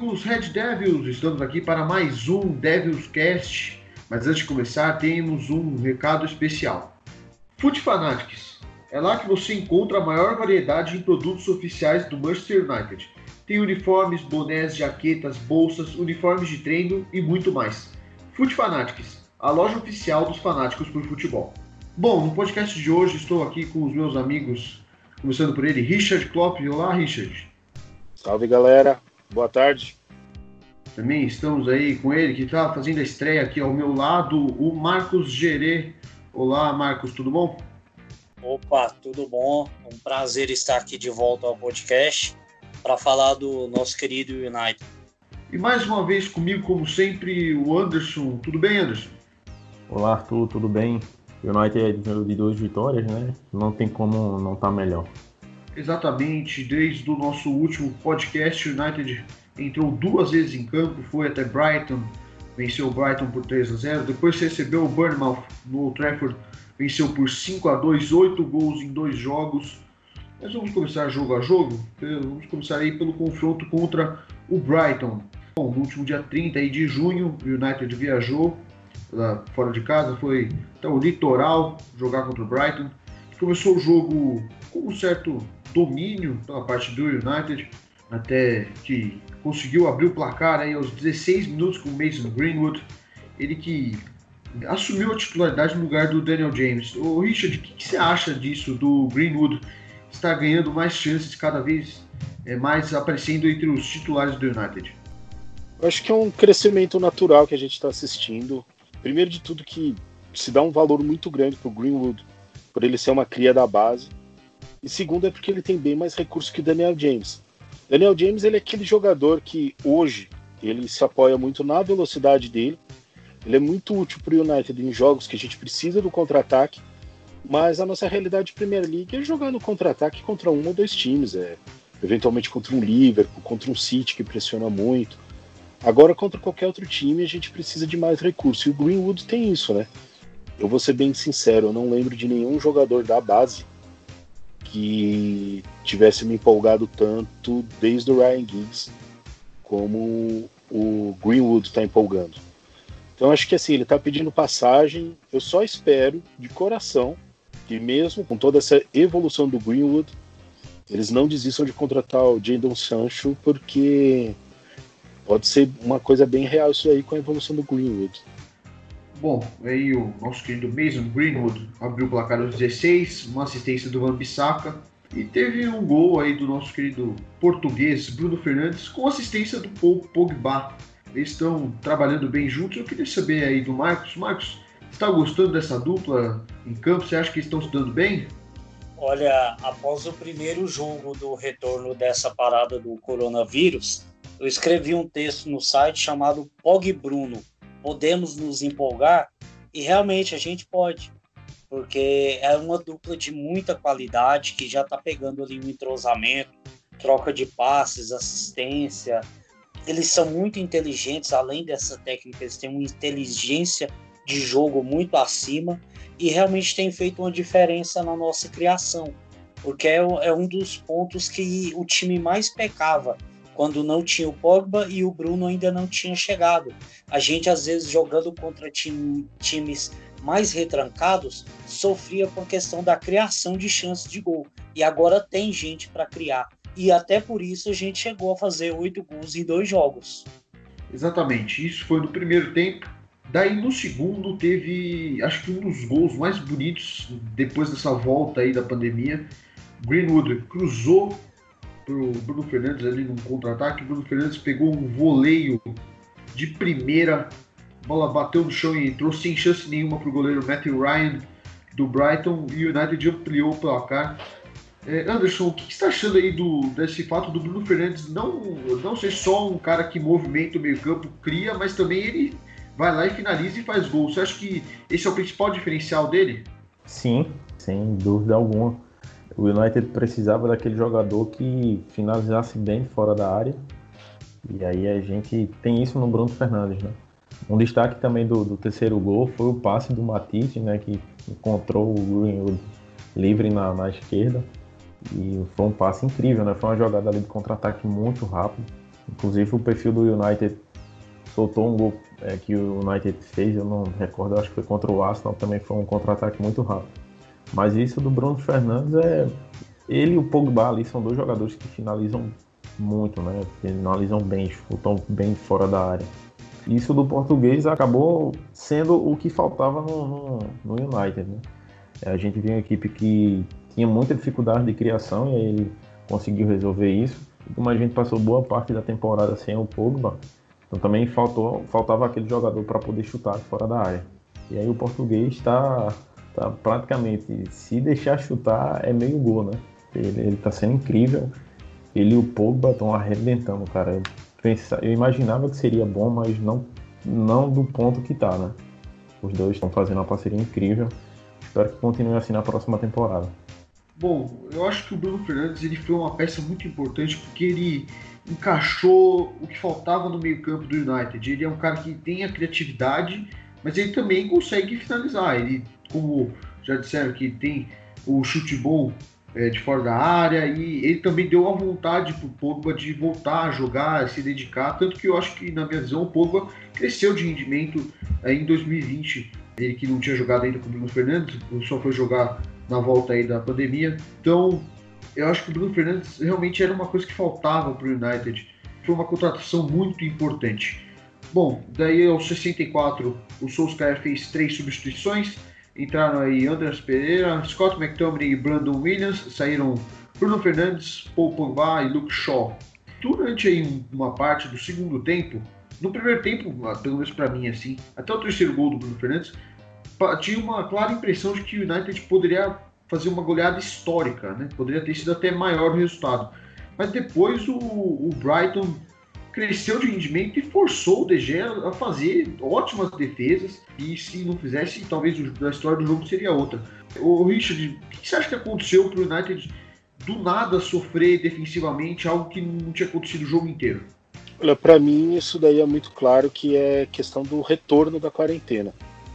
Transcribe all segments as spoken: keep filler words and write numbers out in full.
amigos Red Devils, estamos aqui para mais um Devils Cast, mas antes de começar temos um recado especial. Foot Fanatics, é lá que você encontra a maior variedade em produtos oficiais do Manchester United. Tem uniformes, bonés, jaquetas, bolsas, uniformes de treino e muito mais. Foot Fanatics, a loja oficial dos fanáticos por futebol. Bom, no podcast de hoje estou aqui com os meus amigos, começando por ele, Richard Klopp. Olá, Richard. Salve, galera. Boa tarde. Também estamos aí com ele, que está fazendo a estreia aqui ao meu lado, o Marcos Gerê. Olá, Marcos, tudo bom? Opa, tudo bom? Um prazer estar aqui de volta ao podcast para falar do nosso querido United. E mais uma vez comigo, como sempre, o Anderson. Tudo bem, Anderson? Olá, Arthur, tudo bem? O United é de duas vitórias, né? Não tem como não estar melhor. Exatamente, desde o nosso último podcast, o United entrou duas vezes em campo, foi até Brighton, venceu o Brighton por três a zero, depois recebeu o Bournemouth no Old Trafford, venceu por cinco a dois, oito gols em dois jogos. Mas vamos começar jogo a jogo, vamos começar aí pelo confronto contra o Brighton. Bom, no último dia trinta de junho, o United viajou lá fora de casa, foi até o litoral jogar contra o Brighton. Começou o jogo com um certo domínio pela parte do United, até que conseguiu abrir o placar aí aos dezesseis minutos com o Mason Greenwood, ele que assumiu a titularidade no lugar do Daniel James. Ô Richard, o que, que você acha disso, do Greenwood estar ganhando mais chances, cada vez é, mais aparecendo entre os titulares do United? Eu acho que é um crescimento natural que a gente está assistindo. Primeiro de tudo que se dá um valor muito grande para o Greenwood, por ele ser uma cria da base. E segundo é porque ele tem bem mais recursos que o Daniel James. Daniel James ele é aquele jogador que hoje ele se apoia muito na velocidade dele. Ele é muito útil para o United em jogos que a gente precisa do contra-ataque, mas a nossa realidade de Premier League é jogar no contra-ataque contra um ou dois times, é, eventualmente contra um Liverpool, contra um City que pressiona muito. Agora contra qualquer outro time a gente precisa de mais recursos, e o Greenwood tem isso, né? Eu vou ser bem sincero, eu não lembro de nenhum jogador da base que tivesse me empolgado tanto desde o Ryan Giggs como o Greenwood está empolgando. Então acho que assim, ele está pedindo passagem. Eu só espero de coração que mesmo com toda essa evolução do Greenwood, eles não desistam de contratar o Jadon Sancho, porque pode ser uma coisa bem real isso aí com a evolução do Greenwood. Bom, aí o nosso querido Mason Greenwood abriu o placar aos dezesseis, uma assistência do Wan-Bissaka, e teve um gol aí do nosso querido português Bruno Fernandes com assistência do Paul Pogba. Eles estão trabalhando bem juntos. Eu queria saber aí do Marcos. Marcos, você está gostando dessa dupla em campo? Você acha que eles estão se dando bem? Olha, após o primeiro jogo do retorno dessa parada do coronavírus, eu escrevi um texto no site chamado Pog Bruno. Podemos nos empolgar? E realmente a gente pode, porque é uma dupla de muita qualidade que já está pegando ali um entrosamento, troca de passes, assistência. Eles são muito inteligentes, além dessa técnica, eles têm uma inteligência de jogo muito acima e realmente tem feito uma diferença na nossa criação, porque é, é um dos pontos que o time mais pecava quando não tinha o Pogba e o Bruno ainda não tinha chegado. A gente, às vezes, jogando contra time, times mais retrancados, sofria com a questão da criação de chances de gol. E agora tem gente para criar. E até por isso a gente chegou a fazer oito gols em dois jogos. Exatamente, isso foi no primeiro tempo. Daí no segundo teve, acho que um dos gols mais bonitos depois dessa volta aí da pandemia. Greenwood cruzou pro Bruno Fernandes ali num contra-ataque. O Bruno Fernandes pegou um voleio de primeira, a bola bateu no chão e entrou sem chance nenhuma pro goleiro Matthew Ryan do Brighton, e o United ampliou o placar. É, Anderson, o que você está achando aí do, desse fato do Bruno Fernandes não, não ser só um cara que movimenta o meio campo, cria, mas também ele vai lá e finaliza e faz gol? Você acha que esse é o principal diferencial dele? Sim, sem dúvida alguma. O United precisava daquele jogador que finalizasse bem fora da área, e aí a gente tem isso no Bruno Fernandes, né? Um destaque também do, do terceiro gol foi o passe do Matisse, né, que encontrou o Greenwood livre na, na esquerda, e foi um passe incrível, né? Foi uma jogada ali de contra-ataque muito rápido, Inclusive o perfil do United soltou um gol é, que o United fez, eu não recordo, eu acho que foi contra o Arsenal, também foi um contra-ataque muito rápido. Mas isso do Bruno Fernandes é... Ele e o Pogba ali são dois jogadores que finalizam muito, né? Finalizam bem, chutam bem fora da área. Isso do português acabou sendo o que faltava no, no, no United, né? A gente viu uma equipe que tinha muita dificuldade de criação e aí ele conseguiu resolver isso. E como a gente passou boa parte da temporada sem o Pogba, então também faltou, faltava aquele jogador para poder chutar fora da área. E aí o português está tá praticamente, se deixar chutar, é meio gol, né? Ele está sendo incrível. Ele e o Pogba estão arrebentando, cara. Eu, pensava, eu imaginava que seria bom, mas não, não do ponto que tá, né? Os dois estão fazendo uma parceria incrível. Espero que continue assim na próxima temporada. Bom, eu acho que o Bruno Fernandes ele foi uma peça muito importante porque ele encaixou o que faltava no meio-campo do United. Ele é um cara que tem a criatividade, mas ele também consegue finalizar. Ele, como já disseram, que tem o chute bom é, de fora da área, e ele também deu a vontade para o Pogba de voltar a jogar, se dedicar. Tanto que eu acho que, na minha visão, o Pogba cresceu de rendimento é, em dois mil e vinte. Ele que não tinha jogado ainda com o Bruno Fernandes, só foi jogar na volta aí da pandemia. Então, eu acho que o Bruno Fernandes realmente era uma coisa que faltava para o United. Foi uma contratação muito importante. Bom, daí aos sessenta e quatro, o Solskjaer fez três substituições. Entraram aí Andreas Pereira, Scott McTominay e Brandon Williams. Saíram Bruno Fernandes, Paul Pogba e Luke Shaw. Durante aí uma parte do segundo tempo, no primeiro tempo, pelo menos para mim, assim, até o terceiro gol do Bruno Fernandes, tinha uma clara impressão de que o United poderia fazer uma goleada histórica, né? Poderia ter sido até maior o resultado. Mas depois o, o Brighton cresceu de rendimento e forçou o De Gea a fazer ótimas defesas, e se não fizesse, talvez a história do jogo seria outra. O Richard, o que você acha que aconteceu para o United do nada sofrer defensivamente, algo que não tinha acontecido o jogo inteiro? Olha, para mim isso daí é muito claro que é questão do retorno da quarentena.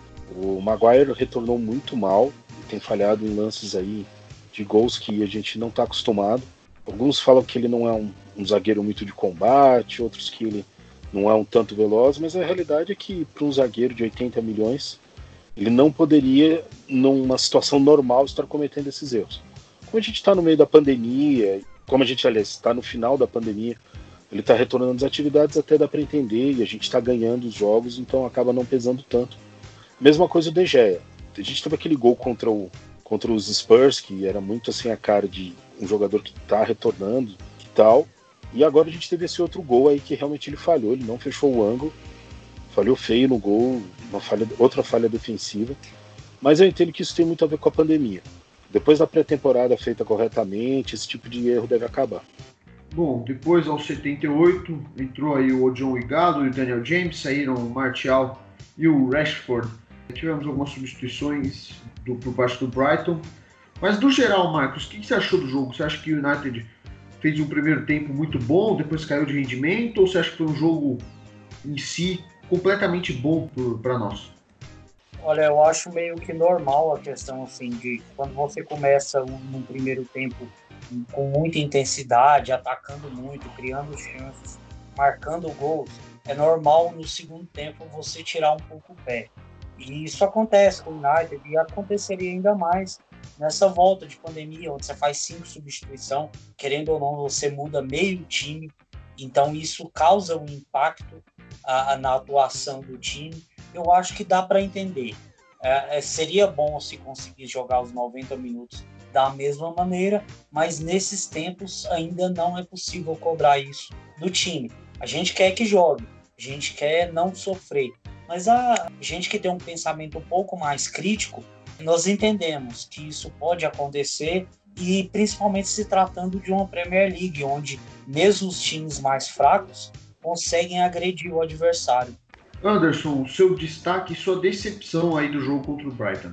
O Maguire retornou muito mal, tem falhado em lances aí de gols que a gente não está acostumado. Alguns falam que ele não é um, um zagueiro muito de combate, outros que ele não é um tanto veloz, mas a realidade é que para um zagueiro de oitenta milhões, ele não poderia, numa situação normal, estar cometendo esses erros. Como a gente está no meio da pandemia, como a gente, aliás, está no final da pandemia, ele está retornando às atividades, até dá para entender, e a gente está ganhando os jogos, então acaba não pesando tanto. Mesma coisa o De Gea. A gente teve aquele gol contra, o, contra os Spurs, que era muito assim a cara de um jogador que está retornando e tal. E agora a gente teve esse outro gol aí que realmente ele falhou, ele não fechou o ângulo, falhou feio no gol, uma falha, outra falha defensiva. Mas eu entendo que isso tem muito a ver com a pandemia. Depois da pré-temporada feita corretamente, esse tipo de erro deve acabar. Bom, depois aos setenta e oito entrou aí o John Igalo e o Daniel James, saíram o Martial e o Rashford. Tivemos algumas substituições do, por parte do Brighton. Mas no geral, Marcos, o que você achou do jogo? Você acha que o United fez um primeiro tempo muito bom, depois caiu de rendimento, ou você acha que foi um jogo em si completamente bom para nós? Olha, eu acho meio que normal a questão assim de quando você começa um, um primeiro tempo com muita intensidade, atacando muito, criando chances, marcando gols, é normal no segundo tempo você tirar um pouco o pé. E isso acontece com o United e aconteceria ainda mais nessa volta de pandemia, onde você faz cinco substituições, querendo ou não, você muda meio time, então isso causa um impacto uh, na atuação do time. Eu acho que dá para entender. É, seria bom se conseguir jogar os noventa minutos da mesma maneira, mas nesses tempos ainda não é possível cobrar isso do time. A gente quer que jogue, a gente quer não sofrer, mas a gente que tem um pensamento um pouco mais crítico, nós entendemos que isso pode acontecer, e principalmente se tratando de uma Premier League, onde mesmo os times mais fracos conseguem agredir o adversário. Anderson, seu destaque e sua decepção aí do jogo contra o Brighton.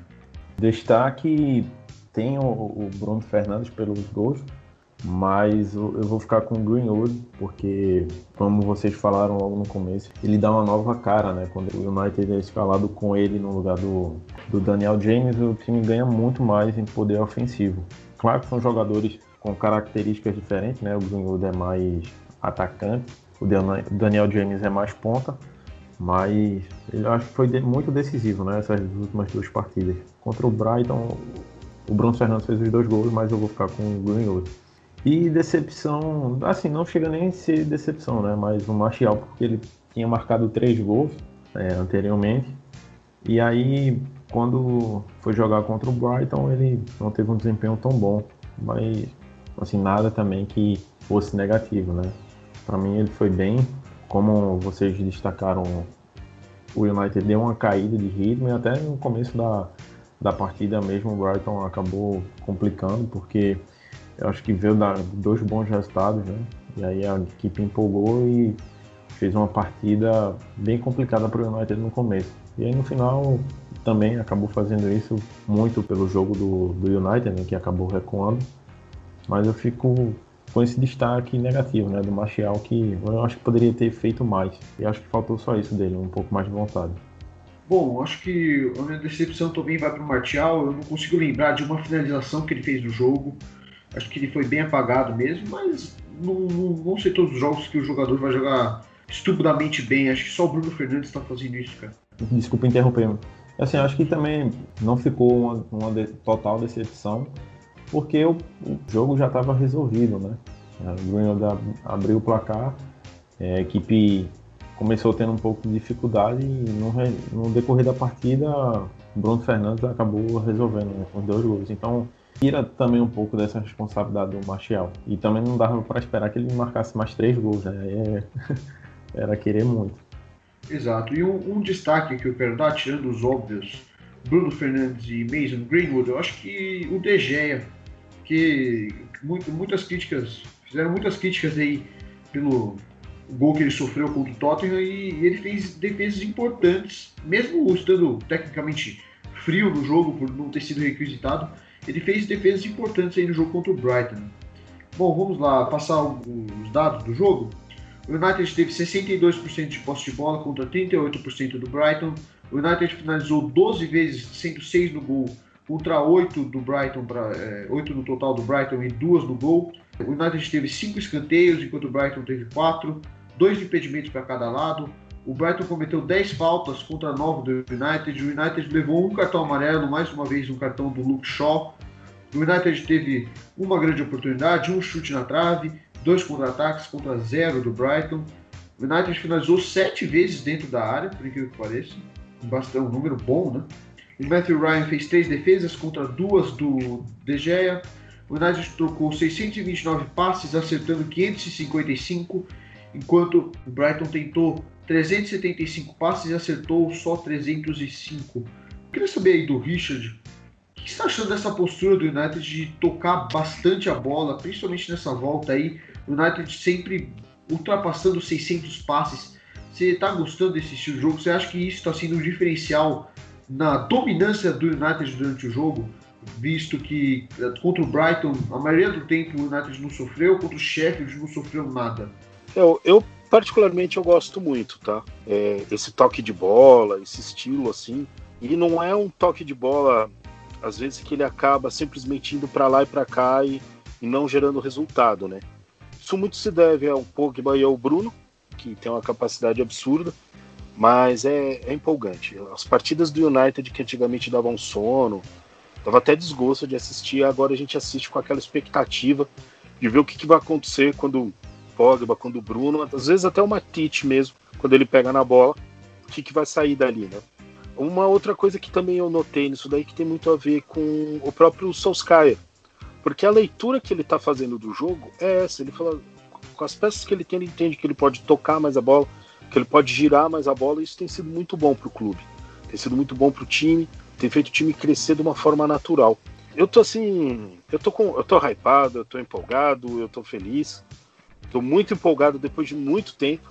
Destaque tem o, o Bruno Fernandes pelos gols, mas eu, eu vou ficar com o Greenwood, porque, como vocês falaram logo no começo, ele dá uma nova cara, né? Quando o United é escalado com ele no lugar do, do Daniel James, o time ganha muito mais em poder ofensivo. Claro que são jogadores com características diferentes, né? O Greenwood é mais atacante, o Daniel James é mais ponta, mas ele acho que foi muito decisivo, né, essas últimas duas partidas. Contra o Brighton, o Bruno Fernandes fez os dois gols, mas eu vou ficar com o Greenwood. E decepção, assim, não chega nem a ser decepção, né, mas o Martial, porque ele tinha marcado três gols é, anteriormente, e aí quando foi jogar contra o Brighton ele não teve um desempenho tão bom, mas assim, nada também que fosse negativo, né. Para mim ele foi bem, como vocês destacaram, o United deu uma caída de ritmo e até no começo da, da partida mesmo o Brighton acabou complicando, porque eu acho que veio dar dois bons resultados, né? E aí a equipe empolgou e fez uma partida bem complicada para o United no começo. E aí no final também acabou fazendo isso muito pelo jogo do, do United, né? Que acabou recuando. Mas eu fico com esse destaque negativo, né? Do Martial, que eu acho que poderia ter feito mais. E acho que faltou só isso dele, um pouco mais de vontade. Bom, acho que a minha decepção também vai para o Martial. Eu não consigo lembrar de uma finalização que ele fez no jogo. Acho que ele foi bem apagado mesmo, mas não, não vão ser todos os jogos que o jogador vai jogar estupidamente bem. Acho que só o Bruno Fernandes está fazendo isso, cara. Desculpa interromper. Assim, acho que também não ficou uma, uma de, total decepção, porque o, o jogo já estava resolvido, né? O Greenwood abriu o placar, a equipe começou tendo um pouco de dificuldade e no, no decorrer da partida o Bruno Fernandes acabou resolvendo, né, com dois gols. Então tira também um pouco dessa responsabilidade do Martial. E também não dava para esperar que ele marcasse mais três gols, né? Aí era querer muito. Exato. E um, um destaque que eu quero dar, tirando os óbvios, Bruno Fernandes e Mason Greenwood, eu acho que o De Gea, que muito, muitas críticas, fizeram muitas críticas aí pelo gol que ele sofreu contra o Tottenham e, e ele fez defesas importantes, mesmo estando tecnicamente frio no jogo por não ter sido requisitado. Ele fez defesas importantes aí no jogo contra o Brighton. Bom, vamos lá, passar os dados do jogo. O United teve sessenta e dois por cento de posse de bola contra trinta e oito por cento do Brighton. O United finalizou doze vezes, sendo seis no gol, contra oito do Brighton, pra, é, oito no total do Brighton e duas no gol. O United teve cinco escanteios, enquanto o Brighton teve quatro, dois impedimentos para cada lado. O Brighton cometeu dez faltas contra nove do United. O United levou um cartão amarelo, mais uma vez um cartão do Luke Shaw. O United teve uma grande oportunidade, um chute na trave, dois contra-ataques contra zero do Brighton. O United finalizou sete vezes dentro da área, por incrível que pareça. Bastante, um número bom, né? O Matthew Ryan fez três defesas contra duas do De Gea. O United trocou seiscentos e vinte e nove passes, acertando quinhentos e cinquenta e cinco, enquanto o Brighton tentou trezentos e setenta e cinco passes e acertou só trezentos e cinco. Eu queria saber aí do Richard, o que você está achando dessa postura do United de tocar bastante a bola, principalmente nessa volta aí, o United sempre ultrapassando seiscentos passes. Você está gostando desse estilo de jogo? Você acha que isso está sendo um diferencial na dominância do United durante o jogo? Visto que contra o Brighton, a maioria do tempo o United não sofreu, contra o Sheffield não sofreu nada. Eu, eu particularmente eu gosto muito, tá? É, esse toque de bola, esse estilo assim, e não é um toque de bola às vezes que ele acaba simplesmente indo para lá e para cá e, e não gerando resultado, né? Isso muito se deve ao Pogba e ao Bruno, que tem uma capacidade absurda, mas é, é empolgante. As partidas do United que antigamente davam sono, dava até desgosto de assistir, agora a gente assiste com aquela expectativa de ver o que, que vai acontecer quando o Pogba, quando o Bruno, às vezes até o Matite mesmo, quando ele pega na bola, o que, que vai sair dali, né? Uma outra coisa que também eu notei nisso daí que tem muito a ver com o próprio Solskjaer, porque a leitura que ele está fazendo do jogo é essa, ele fala, com as peças que ele tem, ele entende que ele pode tocar mais a bola, que ele pode girar mais a bola, e isso tem sido muito bom para o clube, tem sido muito bom para o time, tem feito o time crescer de uma forma natural. Eu tô assim, eu tô, com, eu tô hypado, eu tô empolgado, eu tô feliz, tô muito empolgado depois de muito tempo,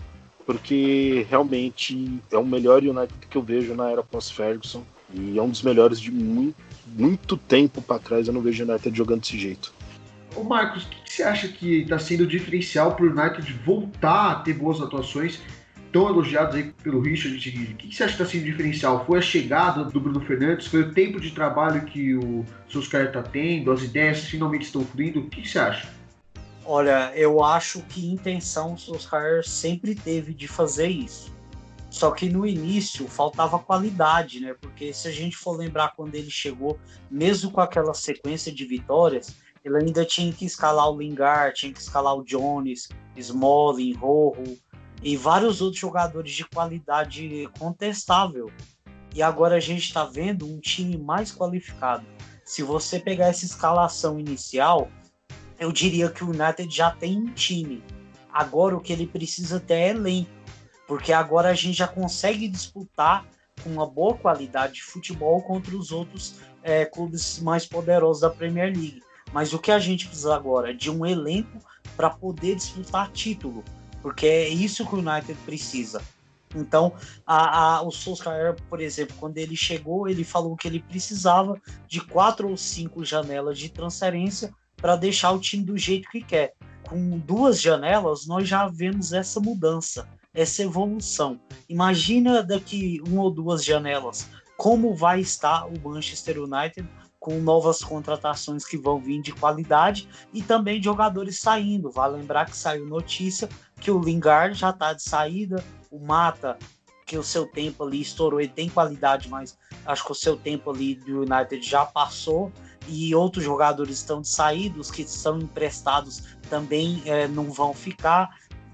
porque realmente é o melhor United que eu vejo na era pós-Ferguson e é um dos melhores de muito, muito tempo para trás. Eu não vejo o United jogando desse jeito. Ô Marcos, o que você acha que está sendo diferencial para o United voltar a ter boas atuações, tão elogiados aí pelo Richard? O que você acha que está sendo diferencial? Foi a chegada do Bruno Fernandes? Foi o tempo de trabalho que o Solskjaer está tendo? As ideias finalmente estão fluindo? O que você acha? Olha, eu acho que intenção o Solskjaer sempre teve de fazer isso. Só que no início faltava qualidade, né? Porque se a gente for lembrar quando ele chegou, mesmo com aquela sequência de vitórias, ele ainda tinha que escalar o Lingard, tinha que escalar o Jones, Smalling, Rojo e vários outros jogadores de qualidade contestável. E agora a gente está vendo um time mais qualificado. Se você pegar essa escalação inicial, eu diria que o United já tem um time. Agora o que ele precisa ter é elenco. Porque agora a gente já consegue disputar com uma boa qualidade de futebol contra os outros é, clubes mais poderosos da Premier League. Mas o que a gente precisa agora é de um elenco para poder disputar título, porque é isso que o United precisa. Então, a, a, o Solskjaer, por exemplo, quando ele chegou, ele falou que ele precisava de quatro ou cinco janelas de transferência para deixar o time do jeito que quer. Com duas janelas, nós já vemos essa mudança, essa evolução. Imagina daqui uma ou duas janelas como vai estar o Manchester United com novas contratações que vão vir de qualidade e também de jogadores saindo. Vale lembrar que saiu notícia que o Lingard já está de saída, o Mata, que o seu tempo ali estourou, ele tem qualidade, mas acho que o seu tempo ali do United já passou, e outros jogadores estão de saída, os que são emprestados também é, não vão ficar.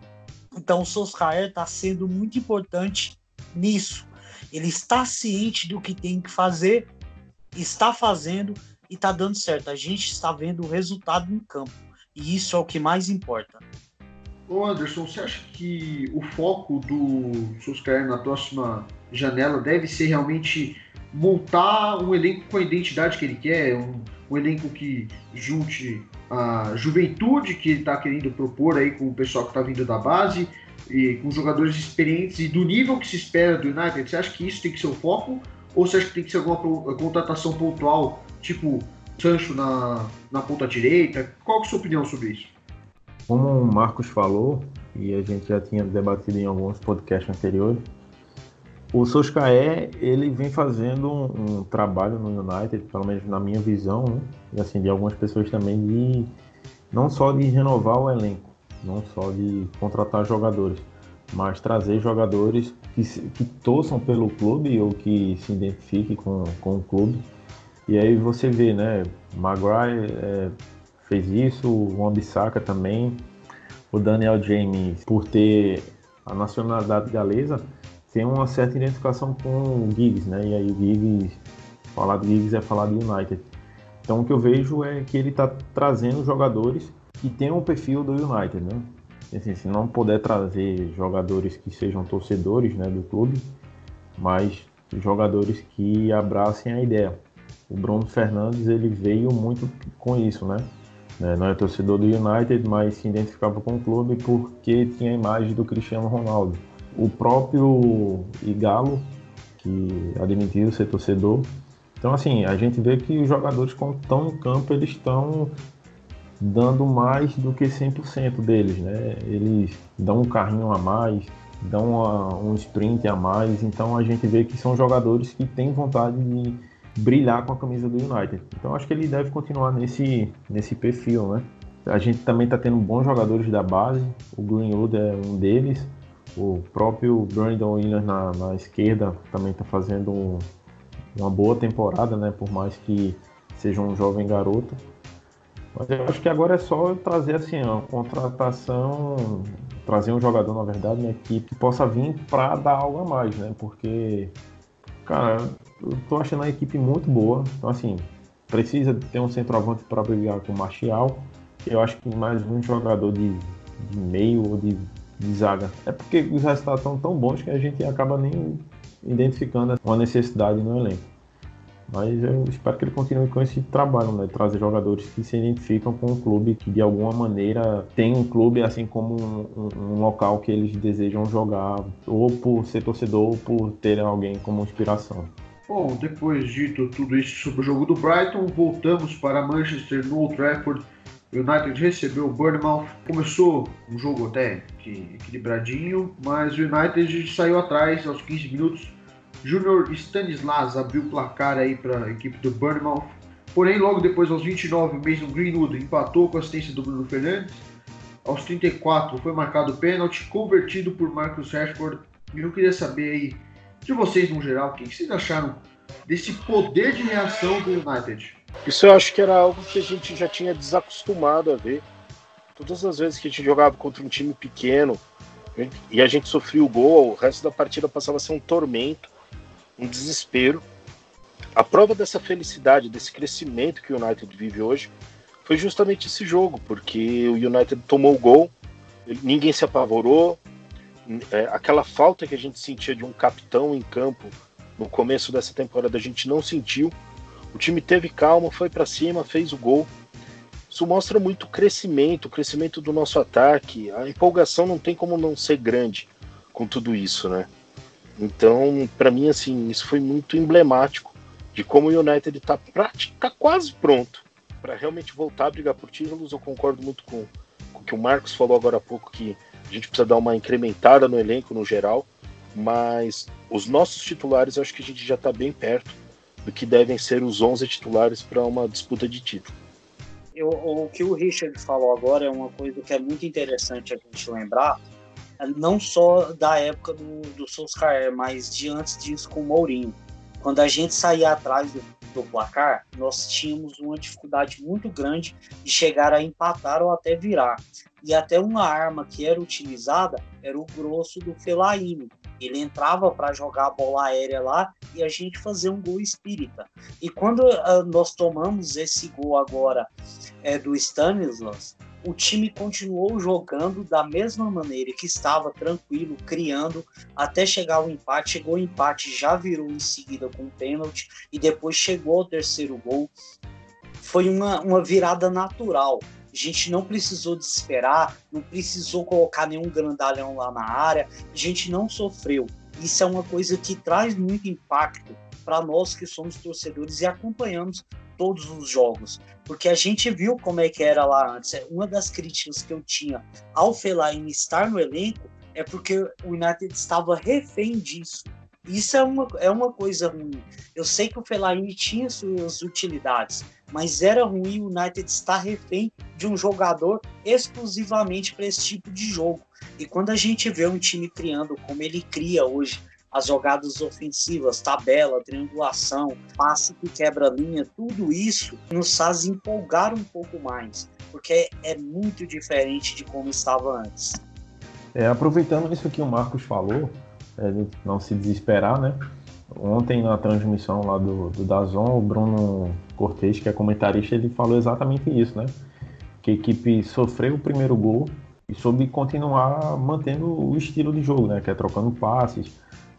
Então o Solskjaer está sendo muito importante nisso. Ele está ciente do que tem que fazer, está fazendo e está dando certo. A gente está vendo o resultado em campo. E isso é o que mais importa. Ô Anderson, você acha que o foco do Solskjaer na próxima janela deve ser realmente montar um elenco com a identidade que ele quer, um, um elenco que junte a juventude que ele está querendo propor aí com o pessoal que está vindo da base e com jogadores experientes e do nível que se espera do United? Você acha que isso tem que ser o foco? Ou você acha que tem que ser alguma contratação pontual, tipo Sancho na, na ponta direita? Qual que é a sua opinião sobre isso? Como o Marcos falou, e a gente já tinha debatido em alguns podcasts anteriores, o Solskjaer, ele vem fazendo um, um trabalho no United, pelo menos na minha visão, né? E assim, de algumas pessoas também, de não só de renovar o elenco, não só de contratar jogadores, mas trazer jogadores que, que torçam pelo clube ou que se identifiquem com, com o clube. E aí você vê, né, Maguire é, fez isso, o Wan-Bissaka também, o Daniel James, por ter a nacionalidade galesa, tem uma certa identificação com o Giggs, né? E aí o Giggs, falar do Giggs é falar do United. Então o que eu vejo é que ele está trazendo jogadores que tenham o perfil do United, né? Assim, se não puder trazer jogadores que sejam torcedores, né, do clube, mas jogadores que abracem a ideia. O Bruno Fernandes, ele veio muito com isso, né? Não é torcedor do United, mas se identificava com o clube porque tinha a imagem do Cristiano Ronaldo. O próprio Ighalo, que admitiu ser torcedor. Então, assim, a gente vê que os jogadores, quando estão em campo, eles estão dando mais do que cem por cento deles, né? Eles dão um carrinho a mais, dão uma, um sprint a mais. Então, a gente vê que são jogadores que têm vontade de brilhar com a camisa do United. Então acho que ele deve continuar nesse, nesse perfil, né? A gente também está tendo bons jogadores da base, o Greenwood é um deles, o próprio Brandon Williams na, na esquerda também está fazendo um, uma boa temporada, né? Por mais que seja um jovem garoto. Mas eu acho que agora é só trazer assim, uma contratação, trazer um jogador, na verdade, né, que, que possa vir para dar algo a mais, né? Porque, cara, eu tô achando a equipe muito boa. Então, assim, precisa ter um centroavante para brigar com o Martial. Eu acho que mais um jogador de, de meio ou de, de zaga. É porque os resultados estão tão bons que a gente acaba nem identificando uma necessidade no elenco. Mas eu espero que ele continue com esse trabalho, né? Trazer jogadores que se identificam com o clube, que de alguma maneira tem um clube assim como um, um, um local que eles desejam jogar, ou por ser torcedor, ou por ter alguém como inspiração. Bom, depois dito tudo isso sobre o jogo do Brighton, voltamos para Manchester no Old Trafford. O United recebeu o Bournemouth. Começou um jogo até equilibradinho, mas o United saiu atrás aos quinze minutos. Júnior Stanislas abriu o placar aí para a equipe do Bournemouth. Porém, logo depois, aos vinte e nove, o Mason Greenwood empatou com a assistência do Bruno Fernandes. aos trinta e quatro foi marcado o pênalti, convertido por Marcus Rashford. E eu queria saber aí, de vocês no geral, o que vocês acharam desse poder de reação do United? Isso eu acho que era algo que a gente já tinha desacostumado a ver. Todas as vezes que a gente jogava contra um time pequeno e a gente sofria o gol, o resto da partida passava a ser um tormento, um desespero. A prova dessa felicidade, desse crescimento que o United vive hoje, foi justamente esse jogo, porque o United tomou o gol, ninguém se apavorou, é, aquela falta que a gente sentia de um capitão em campo no começo dessa temporada a gente não sentiu, o time teve calma, foi para cima, fez o gol. Isso mostra muito o crescimento, o crescimento do nosso ataque, a empolgação não tem como não ser grande com tudo isso, né? Então, para mim, assim, isso foi muito emblemático de como o United está tá quase pronto para realmente voltar a brigar por títulos. Eu concordo muito com, com o que o Marcos falou agora há pouco, que a gente precisa dar uma incrementada no elenco no geral, mas os nossos titulares eu acho que a gente já está bem perto do que devem ser os onze titulares para uma disputa de título. Eu, o que o Richard falou agora é uma coisa que é muito interessante a gente lembrar, não só da época do, do Solskjaer, mas de antes disso com o Mourinho. Quando a gente saía atrás do, do placar, nós tínhamos uma dificuldade muito grande de chegar a empatar ou até virar. E até uma arma que era utilizada era o grosso do Fellaini. Ele entrava para jogar a bola aérea lá e a gente fazia um gol espírita. E quando uh, nós tomamos esse gol agora é, do Stanislas, o time continuou jogando da mesma maneira que estava, tranquilo, criando, até chegar ao empate. Chegou o empate, já virou em seguida com um pênalti e depois chegou ao terceiro gol. Foi uma, uma virada natural. A gente não precisou desesperar, não precisou colocar nenhum grandalhão lá na área, a gente não sofreu. Isso é uma coisa que traz muito impacto para nós que somos torcedores e acompanhamos todos os jogos, porque a gente viu como é que era lá antes. Uma das críticas que eu tinha ao Fellaini estar no elenco é porque o United estava refém disso. Isso é uma, é uma coisa ruim. Eu sei que o Fellaini tinha suas utilidades, mas era ruim o United estar refém de um jogador exclusivamente para esse tipo de jogo. E quando a gente vê um time criando como ele cria hoje, as jogadas ofensivas, tabela, triangulação, passe que quebra linha, tudo isso nos faz empolgar um pouco mais, porque é muito diferente de como estava antes. É, aproveitando isso que o Marcos falou, é, não se desesperar, né? Ontem na transmissão lá do, do DAZN, o Bruno Cortez, que é comentarista, ele falou exatamente isso, né? Que a equipe sofreu o primeiro gol e soube continuar mantendo o estilo de jogo, né? Que é trocando passes,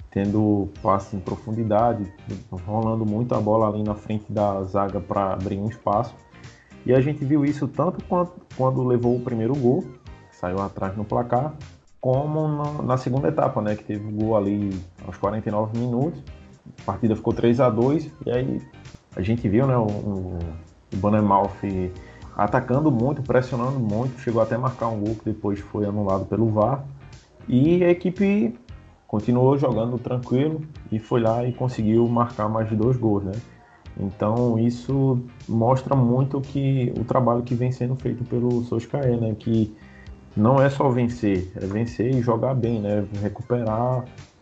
tendo passes em profundidade, rolando muito a bola ali na frente da zaga para abrir um espaço. E a gente viu isso tanto quanto, quando levou o primeiro gol, saiu atrás no placar, como na, na segunda etapa, né? Que teve o gol ali aos quarenta e nove minutos. A partida ficou três a dois e aí a gente viu, né, o, o, o Bournemouth atacando muito, pressionando muito, chegou até a marcar um gol que depois foi anulado pelo V A R, e a equipe continuou jogando tranquilo e foi lá e conseguiu marcar mais de dois gols, né? Então isso mostra muito que o trabalho que vem sendo feito pelo Solskjaer, né? Que não é só vencer, é vencer e jogar bem, né? Recuperar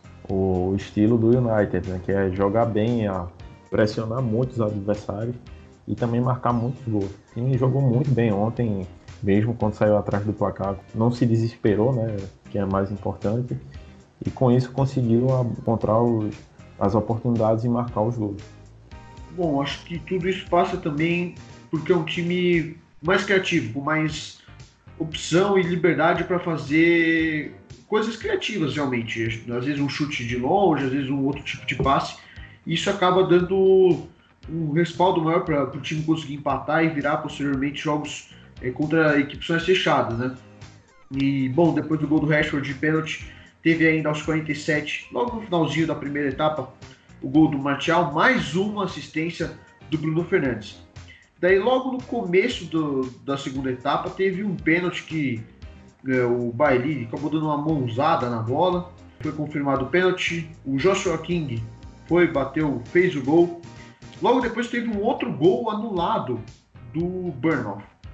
o estilo do United, né? Que é jogar bem, a pressionar muito os adversários e também marcar muitos gols. O time jogou muito bem ontem, mesmo quando saiu atrás do placar, não se desesperou, né? Que é mais importante, e com isso conseguiu encontrar os, as oportunidades e marcar os gols. Bom, acho que tudo isso passa também porque é um time mais criativo, com mais opção e liberdade para fazer coisas criativas realmente. Às vezes um chute de longe, às vezes um outro tipo de passe. Isso acaba dando um respaldo maior para o time conseguir empatar e virar posteriormente jogos é, contra equipes mais fechadas, né? E, bom, depois do gol do Rashford de pênalti, teve ainda aos quarenta e sete, logo no finalzinho da primeira etapa, o gol do Martial, mais uma assistência do Bruno Fernandes. Daí, logo no começo do, da segunda etapa, teve um pênalti que é, o Bailly acabou dando uma mãozada na bola. Foi confirmado o pênalti. O Joshua King foi, bateu, fez o gol. Logo depois teve um outro gol anulado do Bournemouth.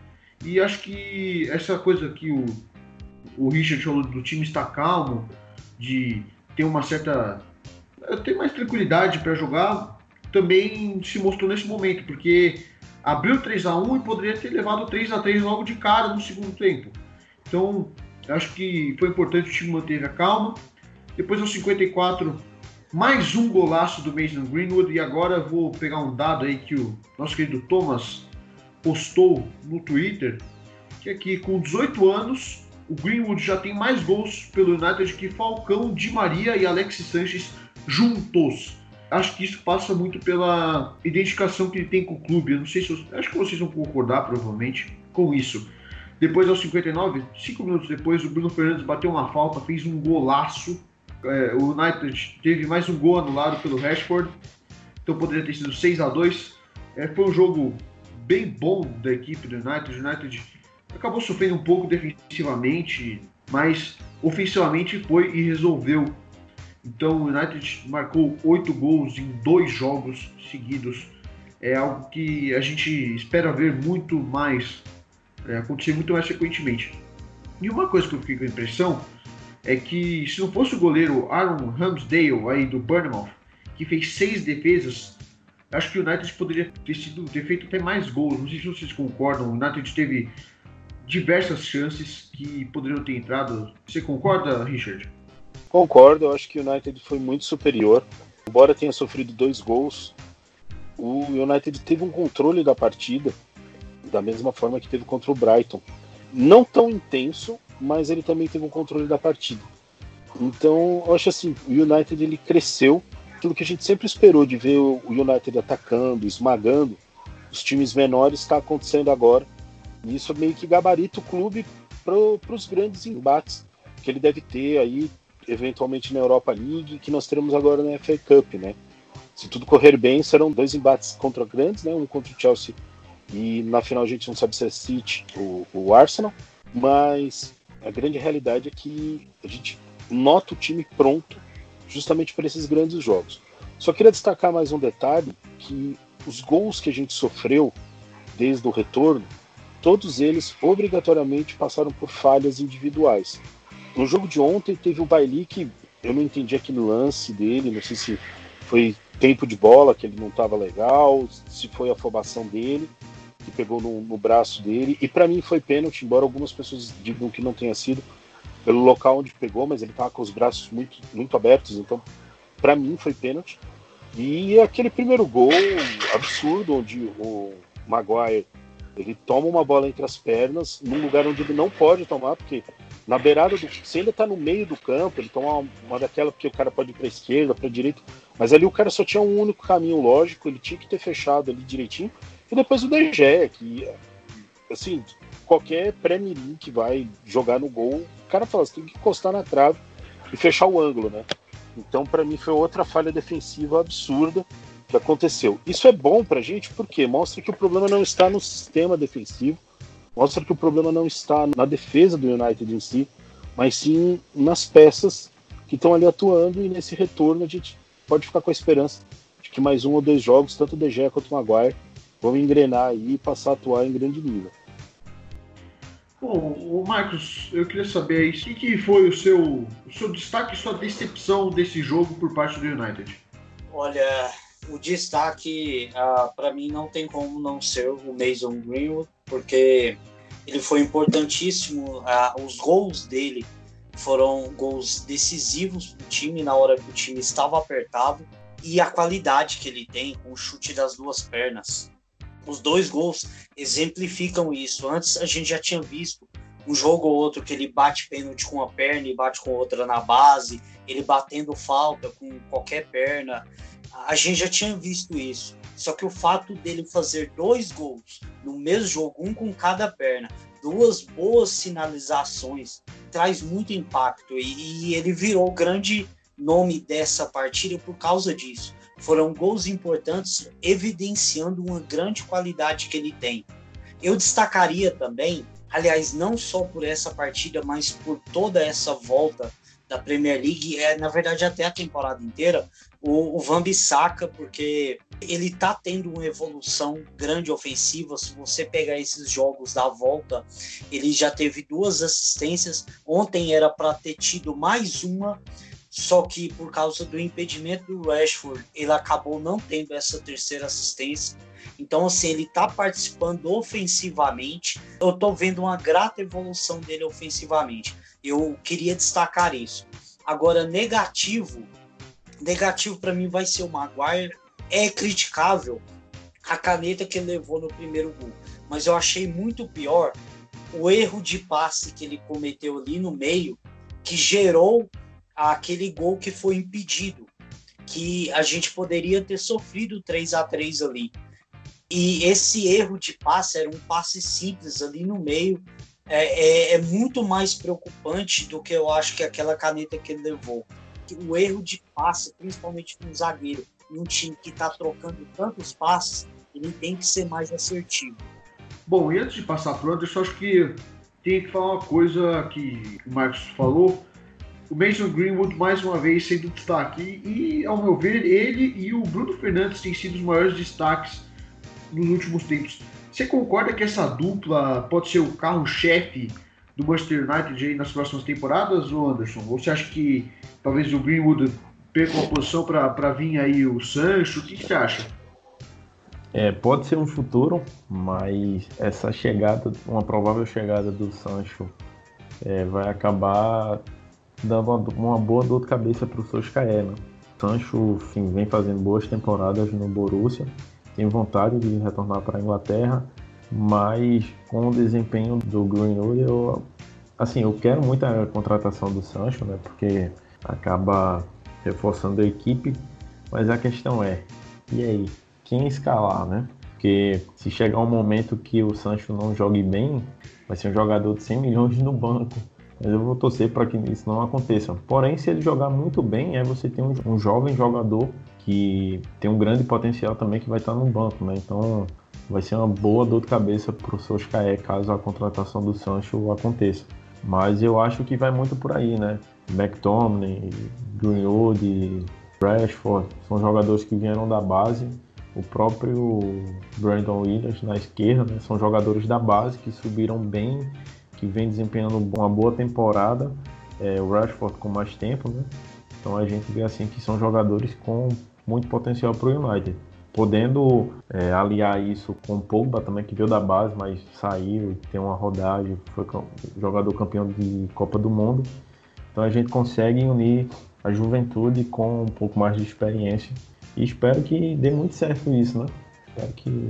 E acho que essa coisa que o, o Richard falou do time estar calmo, de ter uma certa... ter mais tranquilidade para jogar, também se mostrou nesse momento, porque abriu três a um e poderia ter levado três a três logo de cara no segundo tempo. Então, acho que foi importante o time manter a calma. Depois, aos cinquenta e quatro, mais um golaço do Mason Greenwood. E agora vou pegar um dado aí que o nosso querido Thomas postou no Twitter, que é que com dezoito anos, o Greenwood já tem mais gols pelo United que Falcão, Di Maria e Alexis Sanchez juntos. Acho que isso passa muito pela identificação que ele tem com o clube. Eu não sei se eu, acho que vocês vão concordar provavelmente com isso. Depois, aos cinquenta e nove, cinco minutos depois, o Bruno Fernandes bateu uma falta, fez um golaço. É, o United teve mais um gol anulado pelo Rashford, então poderia ter sido seis a dois. É, foi um jogo bem bom da equipe do United. O United acabou sofrendo um pouco defensivamente, mas ofensivamente foi e resolveu. Então o United marcou oito gols em dois jogos seguidos. É algo que a gente espera ver muito mais, é, acontecer muito mais frequentemente. E uma coisa que eu fiquei com a impressão é que se não fosse o goleiro Aaron Ramsdale aí do Bournemouth, que fez seis defesas, acho que o United poderia ter, sido, ter feito até mais gols. Não sei se vocês concordam, o United teve diversas chances que poderiam ter entrado. Você concorda, Richard? Concordo, eu acho que o United foi muito superior. Embora tenha sofrido dois gols, o United teve um controle da partida, da mesma forma que teve contra o Brighton. Não tão intenso, mas ele também teve um controle da partida. Então, eu acho assim, o United ele cresceu. Aquilo que a gente sempre esperou de ver o United atacando, esmagando os times menores, está acontecendo agora. E isso meio que gabarita o clube para os grandes embates que ele deve ter aí, eventualmente na Europa League, que nós teremos agora na F A Cup, né? Se tudo correr bem, serão dois embates contra grandes, né? Um contra o Chelsea e na final a gente não sabe se é City ou o Arsenal, mas a grande realidade é que a gente nota o time pronto justamente para esses grandes jogos. Só queria destacar mais um detalhe, que os gols que a gente sofreu desde o retorno, todos eles obrigatoriamente passaram por falhas individuais. No jogo de ontem teve o Bailly, que eu não entendi aquele lance dele, não sei se foi tempo de bola, que ele não estava legal, se foi a afobação dele, que pegou no, no braço dele, e para mim foi pênalti, embora algumas pessoas digam que não tenha sido pelo local onde pegou, mas ele estava com os braços muito, muito abertos, então para mim foi pênalti. E aquele primeiro gol absurdo, onde o Maguire ele toma uma bola entre as pernas, num lugar onde ele não pode tomar, porque na beirada do... Se ainda tá no meio do campo, ele toma uma, uma daquela porque o cara pode ir pra esquerda, pra direita, mas ali o cara só tinha um único caminho lógico, ele tinha que ter fechado ali direitinho, e depois o De Gea, que, assim, qualquer pré-mirim que vai jogar no gol, o cara fala, você tem que encostar na trave e fechar o ângulo, né? Então, para mim, foi outra falha defensiva absurda que aconteceu. Isso é bom pra gente porque mostra que o problema não está no sistema defensivo, mostra que o problema não está na defesa do United em si, mas sim nas peças que estão ali atuando, e nesse retorno a gente pode ficar com a esperança de que mais um ou dois jogos, tanto o De Gea quanto o Maguire, vão engrenar aí e passar a atuar em grande nível. Bom, o Marcos, eu queria saber aí, o que, que foi o seu, o seu destaque e sua decepção desse jogo por parte do United? Olha, o destaque, uh, para mim, não tem como não ser o Mason Greenwood, porque ele foi importantíssimo. Uh, os gols dele foram gols decisivos do time na hora que o time estava apertado, e a qualidade que ele tem com o chute das duas pernas. Os dois gols exemplificam isso. Antes a gente já tinha visto um jogo ou outro que ele bate pênalti com uma perna e bate com outra na base, ele batendo falta com qualquer perna. A gente já tinha visto isso. Só que o fato dele fazer dois gols no mesmo jogo, um com cada perna, duas boas sinalizações, traz muito impacto. E, e ele virou o grande nome dessa partida por causa disso. Foram gols importantes, evidenciando uma grande qualidade que ele tem. Eu destacaria também, aliás, não só por essa partida, mas por toda essa volta da Premier League, é, na verdade até a temporada inteira, o, o Wan-Bissaka, porque ele tá tendo uma evolução grande ofensiva. Se você pegar esses jogos da volta, ele já teve duas assistências, ontem era para ter tido mais uma, só que por causa do impedimento do Rashford, ele acabou não tendo essa terceira assistência. Então, assim, ele está participando ofensivamente. Eu estou vendo uma grata evolução dele ofensivamente. Eu queria destacar isso. Agora, negativo, negativo para mim vai ser o Maguire. É criticável a caneta que ele levou no primeiro gol, mas eu achei muito pior o erro de passe que ele cometeu ali no meio, que gerou aquele gol que foi impedido, que a gente poderia ter sofrido três a três ali. E esse erro de passe era um passe simples ali no meio. É, é, é muito mais preocupante do que eu acho que aquela caneta que ele levou. O erro de passe, principalmente com um zagueiro, num time que está trocando tantos passes, ele tem que ser mais assertivo. Bom, e antes de passar para o Anderson, acho que tem que falar uma coisa que o Marcos falou. O Mason Greenwood, mais uma vez, sendo destaque. E, ao meu ver, ele e o Bruno Fernandes têm sido os maiores destaques nos últimos tempos. Você concorda que essa dupla pode ser o carro-chefe do Manchester United aí nas próximas temporadas, ou Anderson? Ou você acha que talvez o Greenwood perca uma posição para vir aí o Sancho? O que você acha? É, pode ser um futuro, mas essa chegada, uma provável chegada do Sancho é, vai acabar dando uma, uma boa dor de cabeça para o Solskjaer, né? O Sancho, enfim, vem fazendo boas temporadas no Borussia, tem vontade de retornar para a Inglaterra, mas com o desempenho do Greenwood, eu, assim, eu quero muito a contratação do Sancho, né, porque acaba reforçando a equipe, mas a questão é, e aí, quem escalar, né? Porque se chegar um momento que o Sancho não jogue bem, vai ser um jogador de cem milhões no banco. Mas eu vou torcer para que isso não aconteça. Porém, se ele jogar muito bem, aí você tem um, um jovem jogador que tem um grande potencial também que vai estar no banco, né? Então vai ser uma boa dor de cabeça para o Solskjaer caso a contratação do Sancho aconteça. Mas eu acho que vai muito por aí, né? McTominay, Greenwood, Rashford, são jogadores que vieram da base. O próprio Brandon Williams na esquerda, né? São jogadores da base que subiram bem, que vem desempenhando uma boa temporada. É, o Rashford com mais tempo, né? Então a gente vê assim que são jogadores com muito potencial para o United. Podendo é, aliar isso com o Pogba também, que veio da base, mas saiu, tem uma rodagem, foi jogador campeão de Copa do Mundo. Então a gente consegue unir a juventude com um pouco mais de experiência. E espero que dê muito certo isso, né? Espero que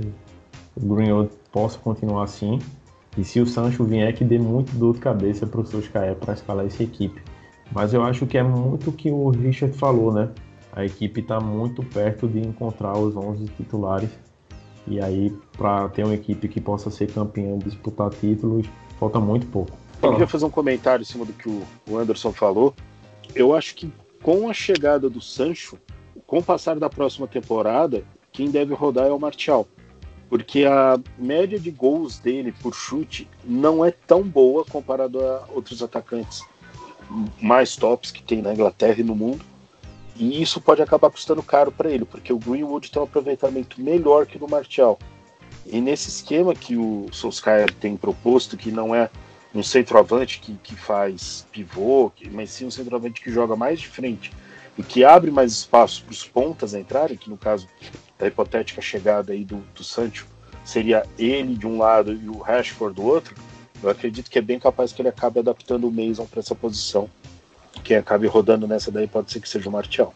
o Greenwood possa continuar assim. E se o Sancho vier, que dê muito dor de cabeça para o Solskjaer para escalar essa equipe. Mas eu acho que é muito o que o Richard falou, né? A equipe está muito perto de encontrar os onze titulares. E aí, para ter uma equipe que possa ser campeã e disputar títulos, falta muito pouco. Eu queria fazer um comentário em cima do que o Anderson falou. Eu acho que com a chegada do Sancho, com o passar da próxima temporada, quem deve rodar é o Martial. Porque a média de gols dele por chute não é tão boa comparado a outros atacantes mais tops que tem na Inglaterra e no mundo. E isso pode acabar custando caro para ele, porque o Greenwood tem um aproveitamento melhor que o do Martial. E nesse esquema que o Solskjaer tem proposto, que não é um centroavante que, que faz pivô, mas sim um centroavante que joga mais de frente e que abre mais espaço para os pontas entrarem, que no caso da hipotética chegada aí do, do Sancho seria ele de um lado e o Rashford do outro, eu acredito que é bem capaz que ele acabe adaptando o Mason para essa posição. Quem acabe rodando nessa daí pode ser que seja o Martial.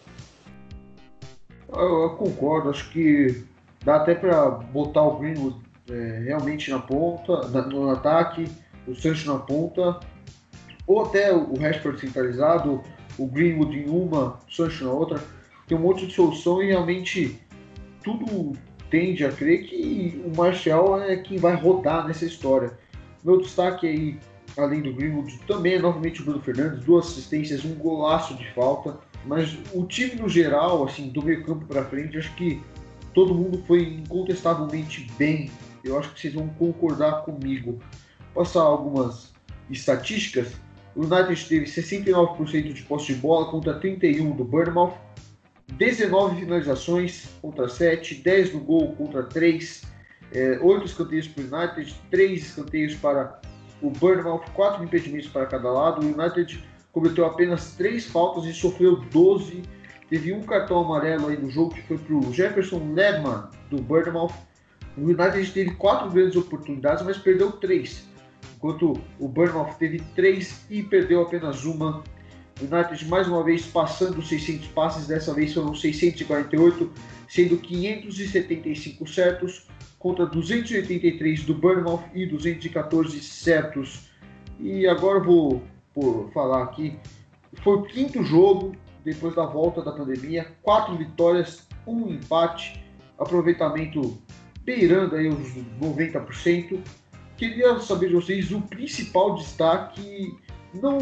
Eu, eu concordo, acho que dá até para botar o Greenwood é, realmente na ponta, na, no ataque, o Sancho na ponta, ou até o Rashford centralizado, o Greenwood em uma, o Sancho na outra. Tem um monte de solução e realmente tudo tende a crer que o Martial é quem vai rodar nessa história. Meu destaque aí, além do Greenwood, também é novamente o Bruno Fernandes, duas assistências, um golaço de falta. Mas o time no geral, assim, do meio campo para frente, acho que todo mundo foi incontestavelmente bem. Eu acho que vocês vão concordar comigo. Vou passar algumas estatísticas. O United teve sessenta e nove por cento de posse de bola contra trinta e um do Bournemouth, dezenove finalizações contra sete, dez no gol contra três, é, oito escanteios para o United, três escanteios para o Bournemouth, quatro impedimentos para cada lado. O United cometeu apenas três faltas e sofreu doze. Teve um cartão amarelo aí no jogo que foi para o Jefferson Lerman do Bournemouth. O United teve quatro grandes oportunidades, mas perdeu três, enquanto o Bournemouth teve três e perdeu apenas uma. O United mais uma vez passando os seiscentos passes, dessa vez foram seiscentos e quarenta e oito, sendo quinhentos e setenta e cinco certos contra duzentos e oitenta e três do Bournemouth e duzentos e quatorze certos. E agora eu vou por falar aqui, foi o quinto jogo depois da volta da pandemia, quatro vitórias, um empate, aproveitamento beirando aí os noventa por cento. Queria saber de vocês o principal destaque, não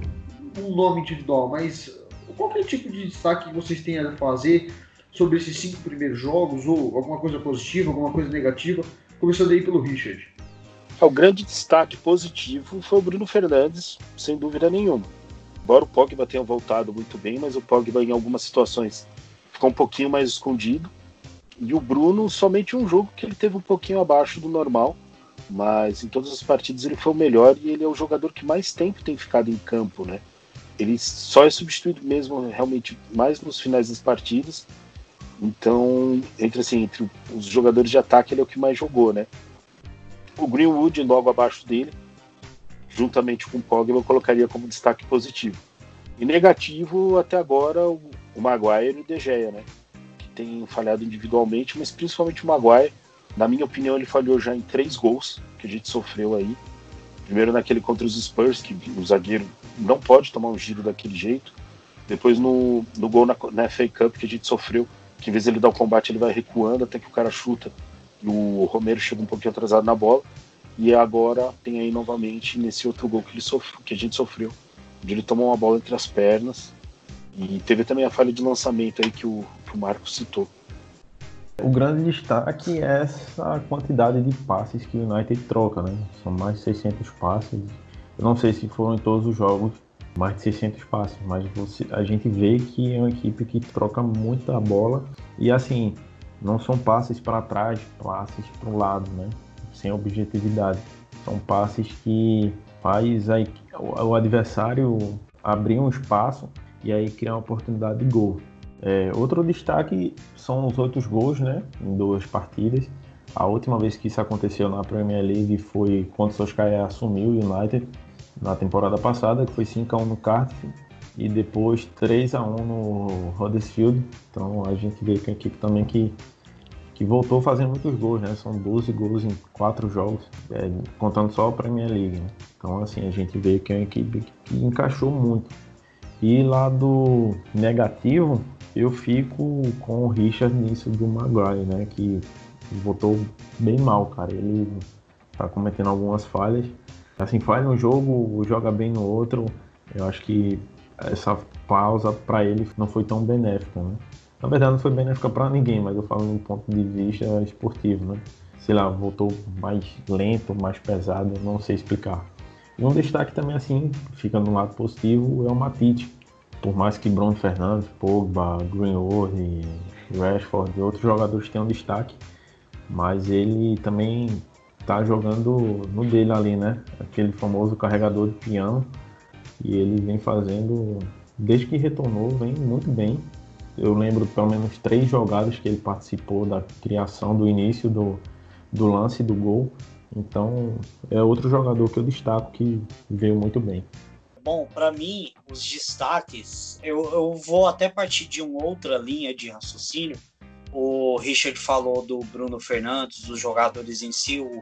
um nome individual, mas qualquer tipo de destaque que vocês tenham a fazer sobre esses cinco primeiros jogos, ou alguma coisa positiva, alguma coisa negativa, começando aí pelo Richard. O grande destaque positivo foi o Bruno Fernandes, sem dúvida nenhuma. Embora o Pogba tenha voltado muito bem, mas o Pogba em algumas situações ficou um pouquinho mais escondido. E o Bruno, somente um jogo que ele teve um pouquinho abaixo do normal, mas em todas as partidas ele foi o melhor e ele é o jogador que mais tempo tem ficado em campo, né? Ele só é substituído mesmo realmente mais nos finais das partidas. Então, entre, assim, entre os jogadores de ataque, ele é o que mais jogou, né? O Greenwood, logo abaixo dele, juntamente com o Pogba, eu colocaria como destaque positivo. E negativo, até agora, o, o Maguire e o De Gea, né? Que tem falhado individualmente, mas principalmente o Maguire. Na minha opinião, ele falhou já em três gols que a gente sofreu aí. Primeiro naquele contra os Spurs, que o zagueiro não pode tomar um giro daquele jeito. Depois no, no gol na, na F A Cup que a gente sofreu, que em vez de ele dar o combate, ele vai recuando até que o cara chuta e o Romero chega um pouquinho atrasado na bola. E agora tem aí novamente nesse outro gol que, ele sofreu, que a gente sofreu, onde ele tomou uma bola entre as pernas. E teve também a falha de lançamento aí que o, que o Marcos citou. O grande destaque é essa quantidade de passes que o United troca, né? São mais de seiscentos passes. Eu não sei se foram em todos os jogos mais de seiscentos passes, mas você, a gente vê que é uma equipe que troca muita bola e assim, não são passes para trás, passes para o lado, né? Sem objetividade. São passes que faz a, o, o adversário abrir um espaço e aí criar uma oportunidade de gol. É, outro destaque são os outros gols, né, em duas partidas. A última vez que isso aconteceu na Premier League foi quando o Solskjaer assumiu o United na temporada passada, que foi cinco a um no Cardiff e depois três a um no Huddersfield. Então a gente vê que é uma equipe também que, que voltou fazendo muitos gols, né? São doze gols em quatro jogos, é, contando só a Premier League, né? Então assim, a gente vê que é uma equipe que encaixou muito. E lá do negativo, eu fico com o Richard nisso do Maguire, né? Que voltou bem mal, cara. Ele tá cometendo algumas falhas. Assim, falha um jogo, joga bem no outro. Eu acho que essa pausa para ele não foi tão benéfica, né? Na verdade, não foi benéfica para ninguém, mas eu falo do ponto de vista esportivo, né? Sei lá, voltou mais lento, mais pesado, não sei explicar. E um destaque também, assim, fica no lado positivo, é o Matip. Por mais que Bruno Fernandes, Pogba, Greenwood, Rashford e outros jogadores tenham destaque, mas ele também tá jogando no dele ali, né? Aquele famoso carregador de piano, e ele vem fazendo, desde que retornou, vem muito bem. Eu lembro pelo menos três jogadas que ele participou da criação, do início do, do lance do gol. Então é outro jogador que eu destaco que veio muito bem. Bom, para mim, os destaques, eu, eu vou até partir de uma outra linha de raciocínio. O Richard falou do Bruno Fernandes, dos jogadores em si, o,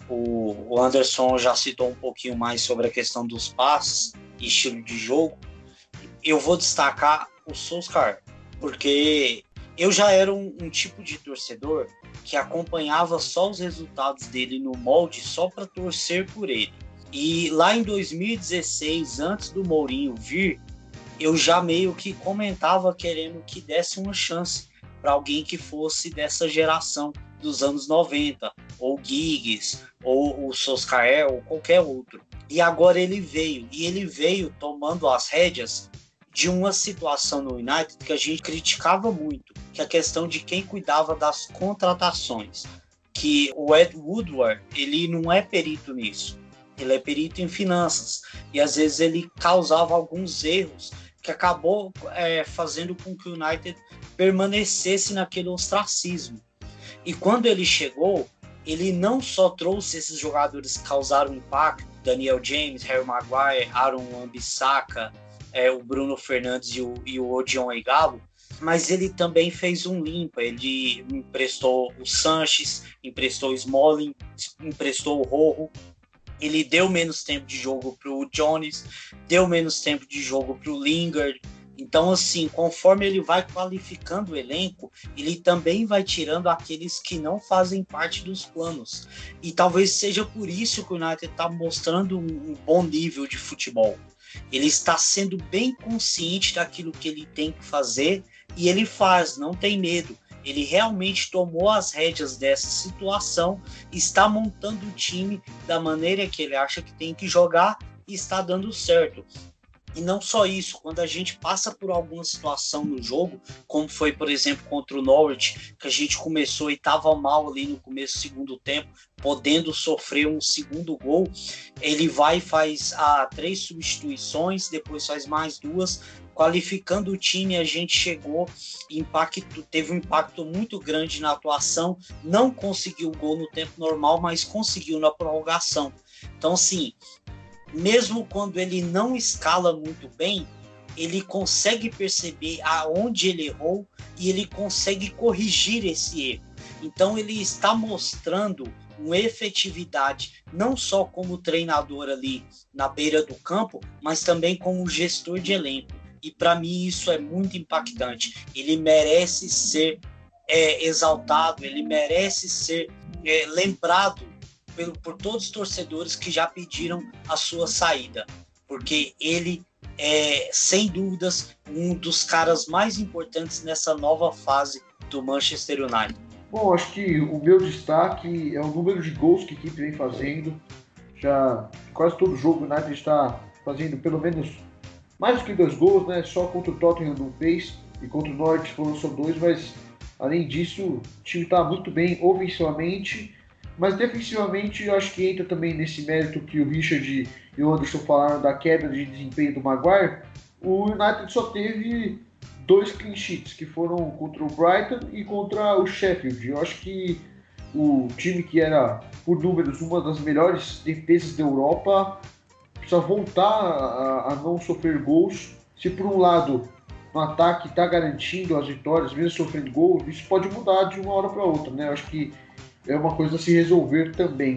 o Anderson já citou um pouquinho mais sobre a questão dos passes e estilo de jogo. Eu vou destacar o Solskjaer, porque eu já era um, um tipo de torcedor que acompanhava só os resultados dele no molde só para torcer por ele. E lá em dois mil e dezesseis, antes do Mourinho vir, eu já meio que comentava querendo que desse uma chance para alguém que fosse dessa geração dos anos noventa, ou Giggs, ou o Solskjaer, ou qualquer outro. E agora ele veio, e ele veio tomando as rédeas de uma situação no United que a gente criticava muito, que é a questão de quem cuidava das contratações. Que o Ed Woodward, ele não é perito nisso, ele é perito em finanças, e às vezes ele causava alguns erros que acabou é, fazendo com que o United permanecesse naquele ostracismo. E quando ele chegou, ele não só trouxe esses jogadores que causaram impacto, Daniel James, Harry Maguire, Aaron Wan-Bissaka, é, o Bruno Fernandes e o, e o Odion Igalo, mas ele também fez um limpa. Ele emprestou o Sanches, emprestou o Smalling, emprestou o Rojo. Ele deu menos tempo de jogo para o Jones, deu menos tempo de jogo para o Lingard. Então, assim, conforme ele vai qualificando o elenco, ele também vai tirando aqueles que não fazem parte dos planos. E talvez seja por isso que o United está mostrando um, um bom nível de futebol. Ele está sendo bem consciente daquilo que ele tem que fazer e ele faz, não tem medo. Ele realmente tomou as rédeas dessa situação, está montando o time da maneira que ele acha que tem que jogar e está dando certo. E não só isso, quando a gente passa por alguma situação no jogo, como foi, por exemplo, contra o Norwich, que a gente começou e estava mal ali no começo do segundo tempo, podendo sofrer um segundo gol, ele vai e faz ah, três substituições, depois faz mais duas, qualificando o time. A gente chegou, impacto, teve um impacto muito grande na atuação, não conseguiu o gol no tempo normal, mas conseguiu na prorrogação. Então, assim, mesmo quando ele não escala muito bem, ele consegue perceber aonde ele errou e ele consegue corrigir esse erro. Então ele está mostrando uma efetividade, não só como treinador ali na beira do campo, mas também como gestor de elenco. E para mim isso é muito impactante. Ele merece ser é, exaltado, ele merece ser é, lembrado Por, por todos os torcedores que já pediram a sua saída, porque ele é, sem dúvidas, um dos caras mais importantes nessa nova fase do Manchester United. Bom, acho que o meu destaque é o número de gols que a equipe vem fazendo. Já quase todo jogo o United está fazendo pelo menos mais do que dois gols, né? Só contra o Tottenham não fez, e contra o Norwich foram só dois, mas além disso o time está muito bem ofensivamente. Mas defensivamente eu acho que entra também nesse mérito que o Richard e o Anderson falaram da queda de desempenho do Maguire. O United só teve dois clean sheets, que foram contra o Brighton e contra o Sheffield. Eu acho que o time que era, por números, uma das melhores defesas da Europa, precisa voltar a, a não sofrer gols. Se por um lado no ataque está garantindo as vitórias, mesmo sofrendo gols, isso pode mudar de uma hora para outra, né? Eu acho que é uma coisa a se resolver também.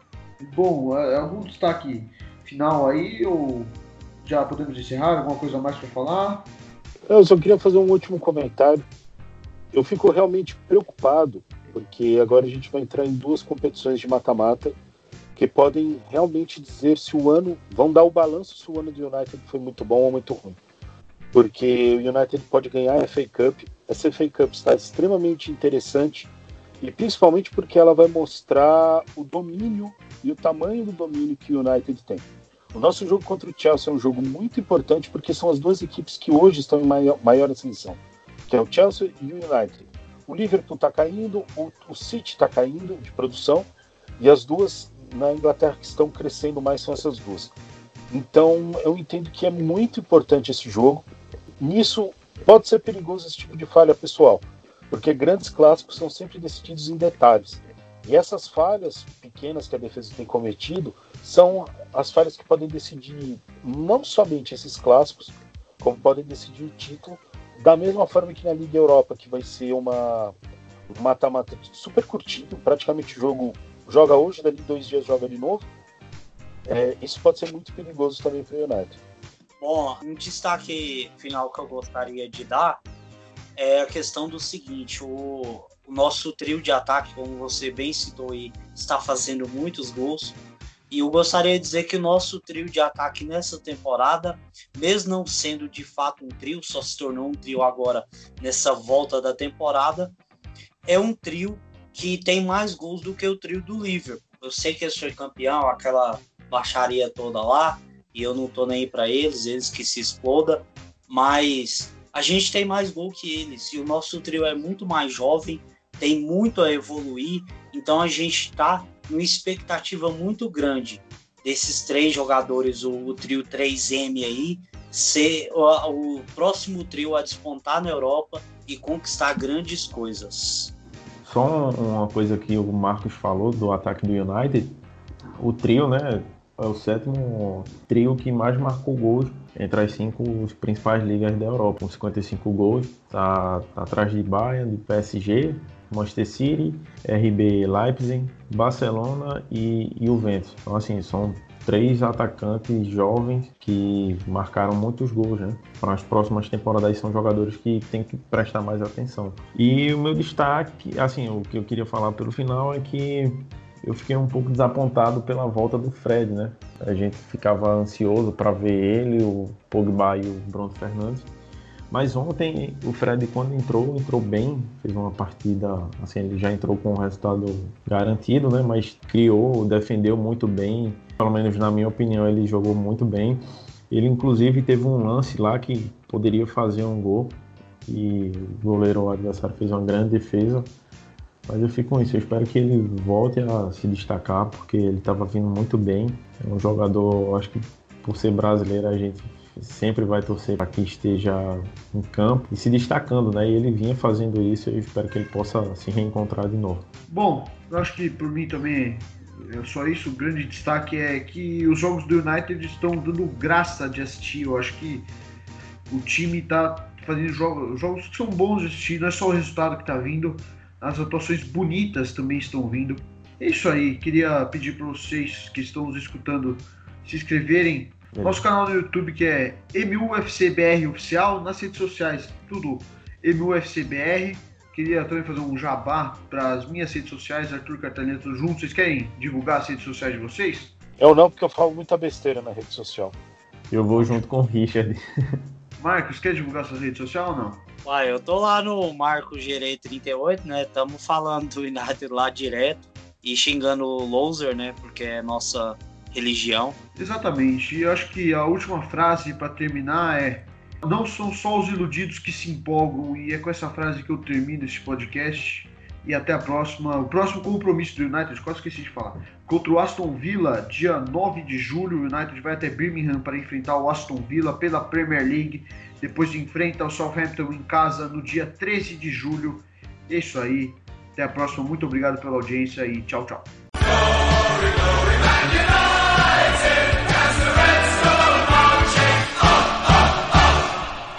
Bom, algum destaque final aí ou já podemos encerrar? Alguma coisa mais para falar? Eu só queria fazer um último comentário. Eu fico realmente preocupado, porque agora a gente vai entrar em duas competições de mata-mata que podem realmente dizer se o ano, vão dar o balanço se o ano do United foi muito bom ou muito ruim. Porque o United pode ganhar a F A Cup. Essa F A Cup está extremamente interessante, e principalmente porque ela vai mostrar o domínio e o tamanho do domínio que o United tem. O nosso jogo contra o Chelsea é um jogo muito importante porque são as duas equipes que hoje estão em maior, maior ascensão, que é o Chelsea e o United. O Liverpool está caindo, o, o City está caindo de produção, e as duas na Inglaterra que estão crescendo mais são essas duas. Então eu entendo que é muito importante esse jogo. Nisso pode ser perigoso esse tipo de falha pessoal, porque grandes clássicos são sempre decididos em detalhes. E essas falhas pequenas que a defesa tem cometido são as falhas que podem decidir não somente esses clássicos, como podem decidir o título, da mesma forma que na Liga Europa, que vai ser uma mata-mata super curtinho, praticamente o jogo joga hoje, dali dois dias joga de novo. É, isso pode ser muito perigoso também para o United. Bom, um destaque final que eu gostaria de dar é a questão do seguinte: o, o nosso trio de ataque, como você bem citou aí, está fazendo muitos gols. E eu gostaria de dizer que o nosso trio de ataque nessa temporada, mesmo não sendo de fato um trio, só se tornou um trio agora nessa volta da temporada, é um trio que tem mais gols do que o trio do Liverpool. Eu sei que eles foi campeão, aquela baixaria toda lá, e eu não tô nem aí para eles, eles que se exploda, mas a gente tem mais gol que eles, e o nosso trio é muito mais jovem, tem muito a evoluir, então a gente tá numa expectativa muito grande desses três jogadores, o, o trio três M aí, ser o, o próximo trio a despontar na Europa e conquistar grandes coisas. Só uma coisa que o Marcos falou do ataque do United, o trio, né, é o sétimo trio que mais marcou gols entre as cinco principais ligas da Europa, com cinquenta e cinco gols, tá, tá atrás de Bayern, de P S G, Manchester City, R B Leipzig, Barcelona e, e Juventus. Então, assim, são três atacantes jovens que marcaram muitos gols, né? Para as próximas temporadas são jogadores que tem que prestar mais atenção. E o meu destaque, assim, o que eu queria falar pelo final é que eu fiquei um pouco desapontado pela volta do Fred, né? A gente ficava ansioso para ver ele, o Pogba e o Bruno Fernandes. Mas ontem o Fred, quando entrou, entrou bem, fez uma partida, assim, ele já entrou com um resultado garantido, né? Mas criou, defendeu muito bem, pelo menos na minha opinião ele jogou muito bem. Ele inclusive teve um lance lá que poderia fazer um gol e o goleiro o adversário fez uma grande defesa. Mas eu fico com isso, eu espero que ele volte a se destacar, porque ele estava vindo muito bem. É um jogador, acho que por ser brasileiro a gente sempre vai torcer para que esteja em campo e se destacando, né? E ele vinha fazendo isso, eu espero que ele possa se reencontrar de novo. Bom, eu acho que por mim também é só isso. O grande destaque é que os jogos do United estão dando graça de assistir. Eu acho que o time está fazendo jogos, jogos que são bons de assistir, não é só o resultado que está vindo, as atuações bonitas também estão vindo. É isso aí, queria pedir para vocês que estão nos escutando se inscreverem no nosso canal no YouTube, que é M U F C B R Oficial, nas redes sociais, tudo M U F C B R. Queria também fazer um jabá para as minhas redes sociais, Arthur Cartalinha, tudo junto. Vocês querem divulgar as redes sociais de vocês? Eu não, porque eu falo muita besteira na rede social. Eu vou junto com o Richard. Marcos, quer divulgar sua rede social ou não? Uai, eu tô lá no Marcos Gerei trinta e oito, né? Estamos falando do United lá direto e xingando o loser, né? Porque é nossa religião. Exatamente. E eu acho que a última frase para terminar é: não são só os iludidos que se empolgam, e é com essa frase que eu termino esse podcast. E até a próxima. O próximo compromisso do United, quase esqueci de falar, contra o Aston Villa, dia nove de julho. O United vai até Birmingham para enfrentar o Aston Villa pela Premier League. Depois enfrenta o Southampton em casa no dia treze de julho. É isso aí. Até a próxima. Muito obrigado pela audiência e tchau, tchau. Glory, glory,